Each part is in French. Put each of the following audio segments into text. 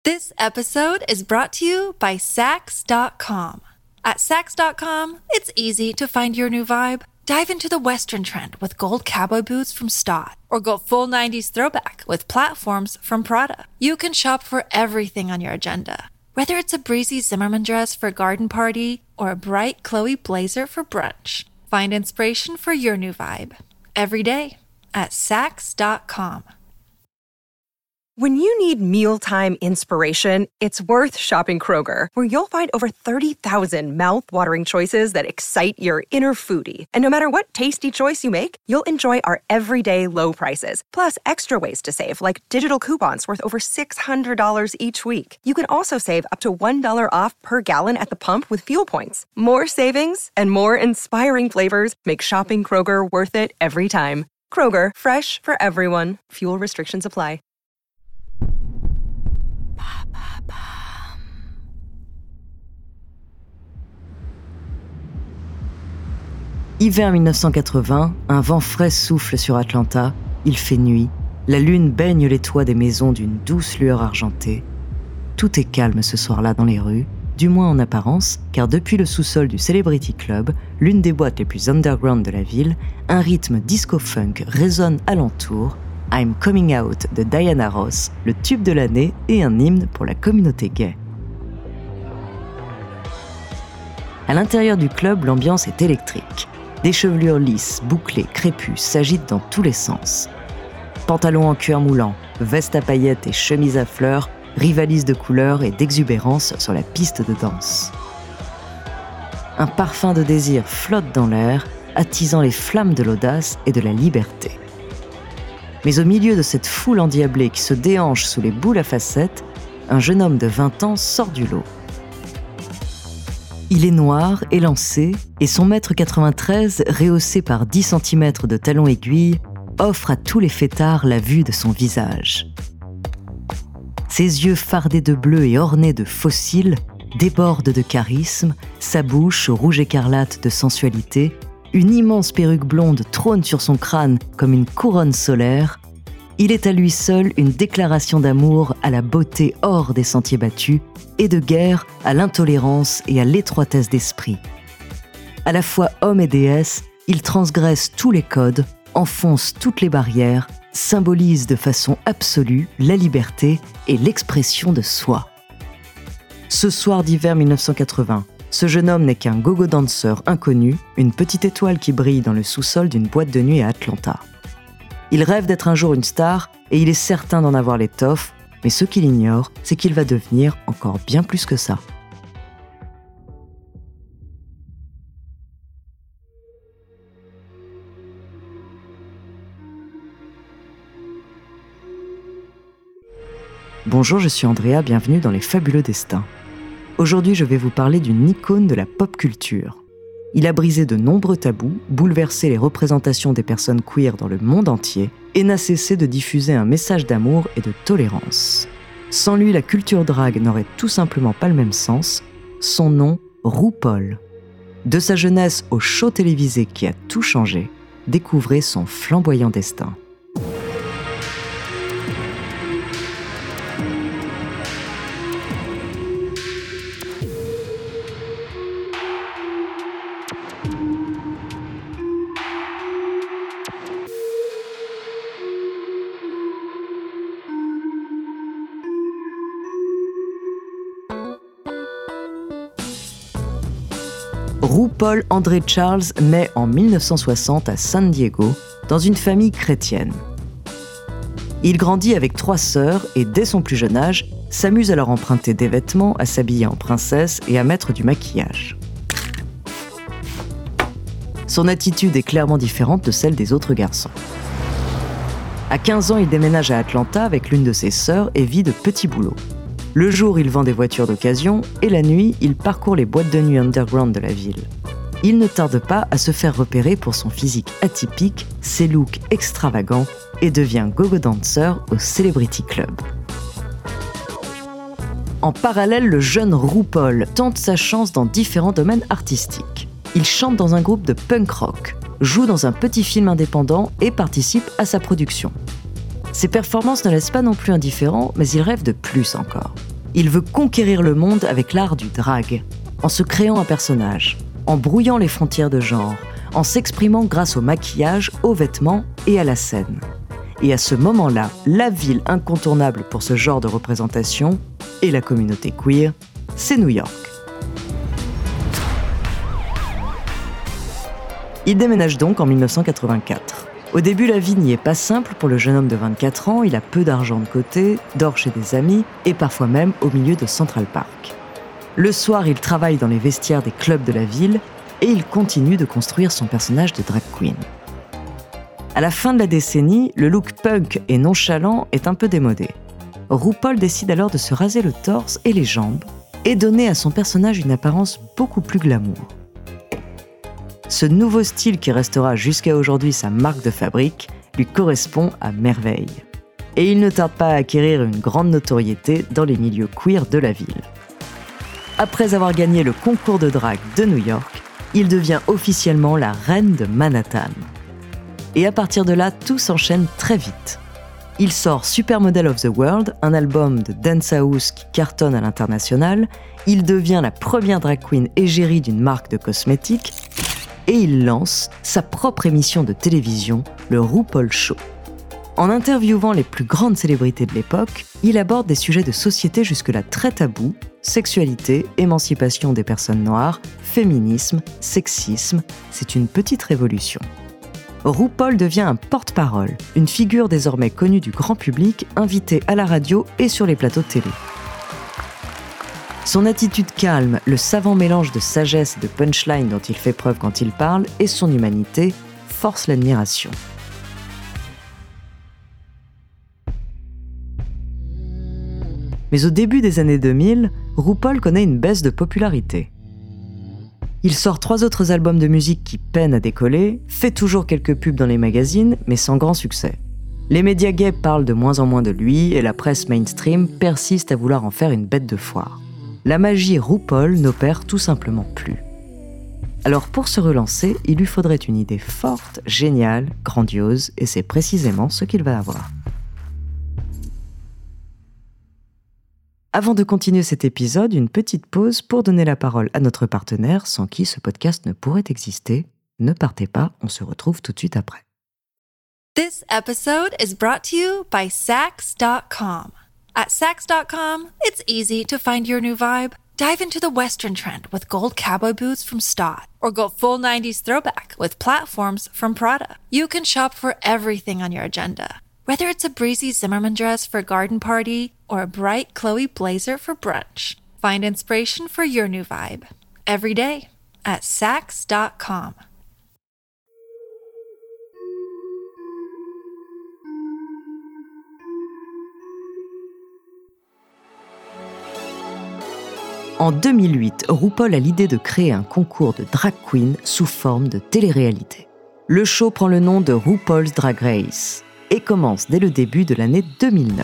This episode is brought to you by Sax.com. At Sax.com, it's easy to find your new vibe. Dive into the Western trend with gold cowboy boots from Stott, or go full 90s throwback with platforms from Prada. You can shop for everything on your agenda, whether it's a breezy Zimmermann dress for a garden party or a bright Chloe blazer for brunch. Find inspiration for your new vibe every day at Sax.com. When you need mealtime inspiration, it's worth shopping Kroger, where you'll find over 30,000 mouth-watering choices that excite your inner foodie. And no matter what tasty choice you make, you'll enjoy our everyday low prices, plus extra ways to save, like digital coupons worth over $600 each week. You can also save up to $1 off per gallon at the pump with fuel points. More savings and more inspiring flavors make shopping Kroger worth it every time. Kroger, fresh for everyone. Fuel restrictions apply. Hiver 1980, un vent frais souffle sur Atlanta, il fait nuit, la lune baigne les toits des maisons d'une douce lueur argentée. Tout est calme ce soir-là dans les rues, du moins en apparence, car depuis le sous-sol du Celebrity Club, l'une des boîtes les plus underground de la ville, un rythme disco-funk résonne alentour, I'm Coming Out de Diana Ross, le tube de l'année et un hymne pour la communauté gay. À l'intérieur du club, l'ambiance est électrique. Des chevelures lisses, bouclées, crépues s'agitent dans tous les sens. Pantalons en cuir moulant, vestes à paillettes et chemises à fleurs rivalisent de couleurs et d'exubérance sur la piste de danse. Un parfum de désir flotte dans l'air, attisant les flammes de l'audace et de la liberté. Mais au milieu de cette foule endiablée qui se déhanche sous les boules à facettes, un jeune homme de 20 ans sort du lot. Il est noir, élancé, et son 1m93, rehaussé par 10 cm de talons aiguilles, offre à tous les fêtards la vue de son visage. Ses yeux fardés de bleu et ornés de fossiles débordent de charisme, sa bouche, rouge écarlate de sensualité, une immense perruque blonde trône sur son crâne comme une couronne solaire. Il est à lui seul une déclaration d'amour à la beauté hors des sentiers battus et de guerre à l'intolérance et à l'étroitesse d'esprit. À la fois homme et déesse, il transgresse tous les codes, enfonce toutes les barrières, symbolise de façon absolue la liberté et l'expression de soi. Ce soir d'hiver 1980, ce jeune homme n'est qu'un go-go danseur inconnu, une petite étoile qui brille dans le sous-sol d'une boîte de nuit à Atlanta. Il rêve d'être un jour une star et il est certain d'en avoir l'étoffe, mais ce qu'il ignore, c'est qu'il va devenir encore bien plus que ça. Bonjour, je suis Andrea, bienvenue dans Les Fabuleux Destins. Aujourd'hui, je vais vous parler d'une icône de la pop culture. Il a brisé de nombreux tabous, bouleversé les représentations des personnes queer dans le monde entier et n'a cessé de diffuser un message d'amour et de tolérance. Sans lui, la culture drag n'aurait tout simplement pas le même sens. Son nom, RuPaul. De sa jeunesse au show télévisé qui a tout changé, découvrez son flamboyant destin. RuPaul André Charles naît en 1960 à San Diego, dans une famille chrétienne. Il grandit avec 3 sœurs et, dès son plus jeune âge, s'amuse à leur emprunter des vêtements, à s'habiller en princesse et à mettre du maquillage. Son attitude est clairement différente de celle des autres garçons. À 15 ans, il déménage à Atlanta avec l'une de ses sœurs et vit de petits boulots. Le jour, il vend des voitures d'occasion et la nuit, il parcourt les boîtes de nuit underground de la ville. Il ne tarde pas à se faire repérer pour son physique atypique, ses looks extravagants et devient go-go dancer au Celebrity Club. En parallèle, le jeune RuPaul tente sa chance dans différents domaines artistiques. Il chante dans un groupe de punk rock, joue dans un petit film indépendant et participe à sa production. Ses performances ne laissent pas non plus indifférent, mais il rêve de plus encore. Il veut conquérir le monde avec l'art du drag, en se créant un personnage, en brouillant les frontières de genre, en s'exprimant grâce au maquillage, aux vêtements et à la scène. Et à ce moment-là, la ville incontournable pour ce genre de représentation, et la communauté queer, c'est New York. Il déménage donc en 1984. Au début, la vie n'y est pas simple pour le jeune homme de 24 ans, il a peu d'argent de côté, dort chez des amis et parfois même au milieu de Central Park. Le soir, il travaille dans les vestiaires des clubs de la ville et il continue de construire son personnage de drag queen. À la fin de la décennie, le look punk et nonchalant est un peu démodé. RuPaul décide alors de se raser le torse et les jambes et donner à son personnage une apparence beaucoup plus glamour. Ce nouveau style qui restera jusqu'à aujourd'hui sa marque de fabrique lui correspond à merveille. Et il ne tarde pas à acquérir une grande notoriété dans les milieux queer de la ville. Après avoir gagné le concours de drague de New York, il devient officiellement la reine de Manhattan. Et à partir de là, tout s'enchaîne très vite. Il sort Supermodel of the World, un album de dance house qui cartonne à l'international, il devient la première drag queen égérie d'une marque de cosmétiques, et il lance sa propre émission de télévision, le RuPaul Show. En interviewant les plus grandes célébrités de l'époque, il aborde des sujets de société jusque-là très tabous, sexualité, émancipation des personnes noires, féminisme, sexisme, c'est une petite révolution. RuPaul devient un porte-parole, une figure désormais connue du grand public, invitée à la radio et sur les plateaux de télé. Son attitude calme, le savant mélange de sagesse et de punchline dont il fait preuve quand il parle, et son humanité forcent l'admiration. Mais au début des années 2000, RuPaul connaît une baisse de popularité. Il sort 3 autres albums de musique qui peinent à décoller, fait toujours quelques pubs dans les magazines, mais sans grand succès. Les médias gays parlent de moins en moins de lui et la presse mainstream persiste à vouloir en faire une bête de foire. La magie RuPaul n'opère tout simplement plus. Alors pour se relancer, il lui faudrait une idée forte, géniale, grandiose, et c'est précisément ce qu'il va avoir. Avant de continuer cet épisode, une petite pause pour donner la parole à notre partenaire sans qui ce podcast ne pourrait exister. Ne partez pas, on se retrouve tout de suite après. This episode is brought to you by Sax.com. At Sax.com, it's easy to find your new vibe. Dive into the Western trend with gold cowboy boots from Stott, or go full 90s throwback with platforms from Prada. You can shop for everything on your agenda, whether it's a breezy Zimmermann dress for a garden party or a bright Chloe blazer for brunch. Find inspiration for your new vibe every day at Sax.com. En 2008, RuPaul a l'idée de créer un concours de drag queen sous forme de télé-réalité. Le show prend le nom de RuPaul's Drag Race et commence dès le début de l'année 2009.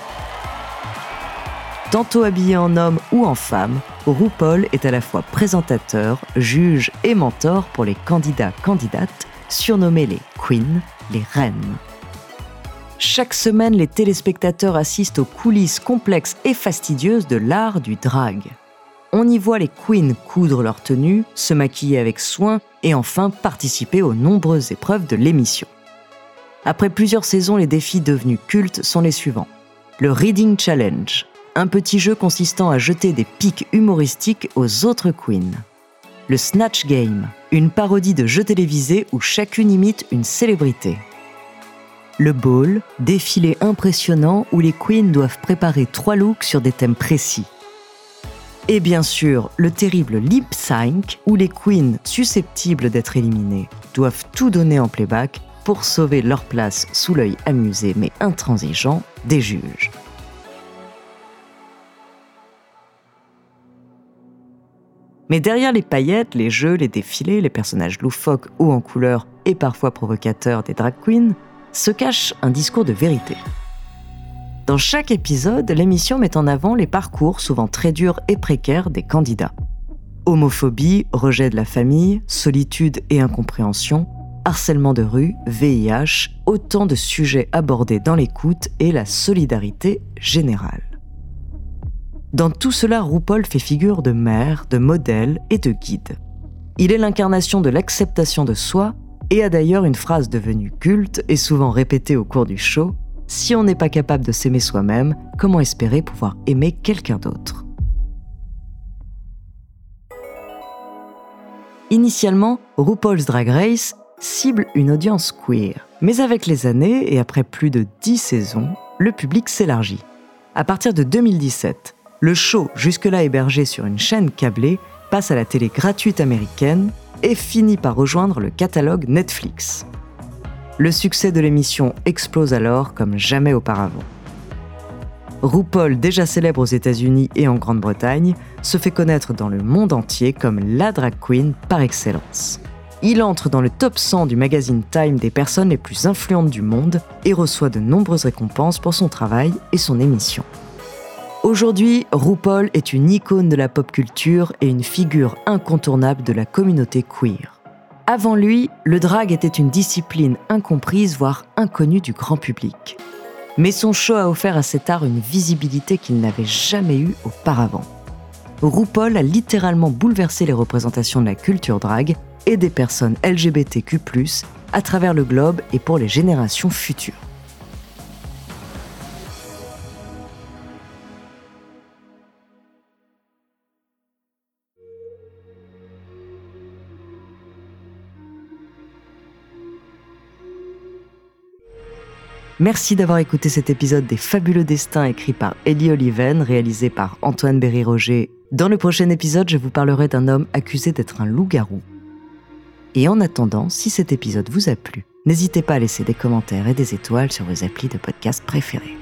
Tantôt habillé en homme ou en femme, RuPaul est à la fois présentateur, juge et mentor pour les candidats-candidates, surnommés les queens, les reines. Chaque semaine, les téléspectateurs assistent aux coulisses complexes et fastidieuses de l'art du drag. On y voit les queens coudre leurs tenues, se maquiller avec soin et enfin participer aux nombreuses épreuves de l'émission. Après plusieurs saisons, les défis devenus cultes sont les suivants. Le Reading Challenge, un petit jeu consistant à jeter des pics humoristiques aux autres queens. Le Snatch Game, une parodie de jeu télévisé où chacune imite une célébrité. Le Ball, défilé impressionnant où les queens doivent préparer 3 looks sur des thèmes précis. Et bien sûr, le terrible Lip Sync, où les queens susceptibles d'être éliminées doivent tout donner en playback pour sauver leur place sous l'œil amusé mais intransigeant des juges. Mais derrière les paillettes, les jeux, les défilés, les personnages loufoques, hauts en couleur et parfois provocateurs des drag queens, se cache un discours de vérité. Dans chaque épisode, l'émission met en avant les parcours souvent très durs et précaires des candidats. Homophobie, rejet de la famille, solitude et incompréhension, harcèlement de rue, VIH, autant de sujets abordés dans l'écoute et la solidarité générale. Dans tout cela, RuPaul fait figure de mère, de modèle et de guide. Il est l'incarnation de l'acceptation de soi et a d'ailleurs une phrase devenue culte et souvent répétée au cours du show : « Si on n'est pas capable de s'aimer soi-même, comment espérer pouvoir aimer quelqu'un d'autre ?» Initialement, RuPaul's Drag Race cible une audience queer. Mais avec les années et après plus de 10 saisons, le public s'élargit. À partir de 2017, le show, jusque-là hébergé sur une chaîne câblée, passe à la télé gratuite américaine et finit par rejoindre le catalogue Netflix. Le succès de l'émission explose alors comme jamais auparavant. RuPaul, déjà célèbre aux États-Unis et en Grande-Bretagne, se fait connaître dans le monde entier comme la drag queen par excellence. Il entre dans le top 100 du magazine Time des personnes les plus influentes du monde et reçoit de nombreuses récompenses pour son travail et son émission. Aujourd'hui, RuPaul est une icône de la pop culture et une figure incontournable de la communauté queer. Avant lui, le drag était une discipline incomprise, voire inconnue du grand public. Mais son show a offert à cet art une visibilité qu'il n'avait jamais eue auparavant. RuPaul a littéralement bouleversé les représentations de la culture drag et des personnes LGBTQ+, à travers le globe et pour les générations futures. Merci d'avoir écouté cet épisode des Fabuleux Destins écrit par Ellie Oliven, réalisé par Antoine Berry-Roger. Dans le prochain épisode, je vous parlerai d'un homme accusé d'être un loup-garou. Et en attendant, si cet épisode vous a plu, n'hésitez pas à laisser des commentaires et des étoiles sur vos applis de podcast préférés.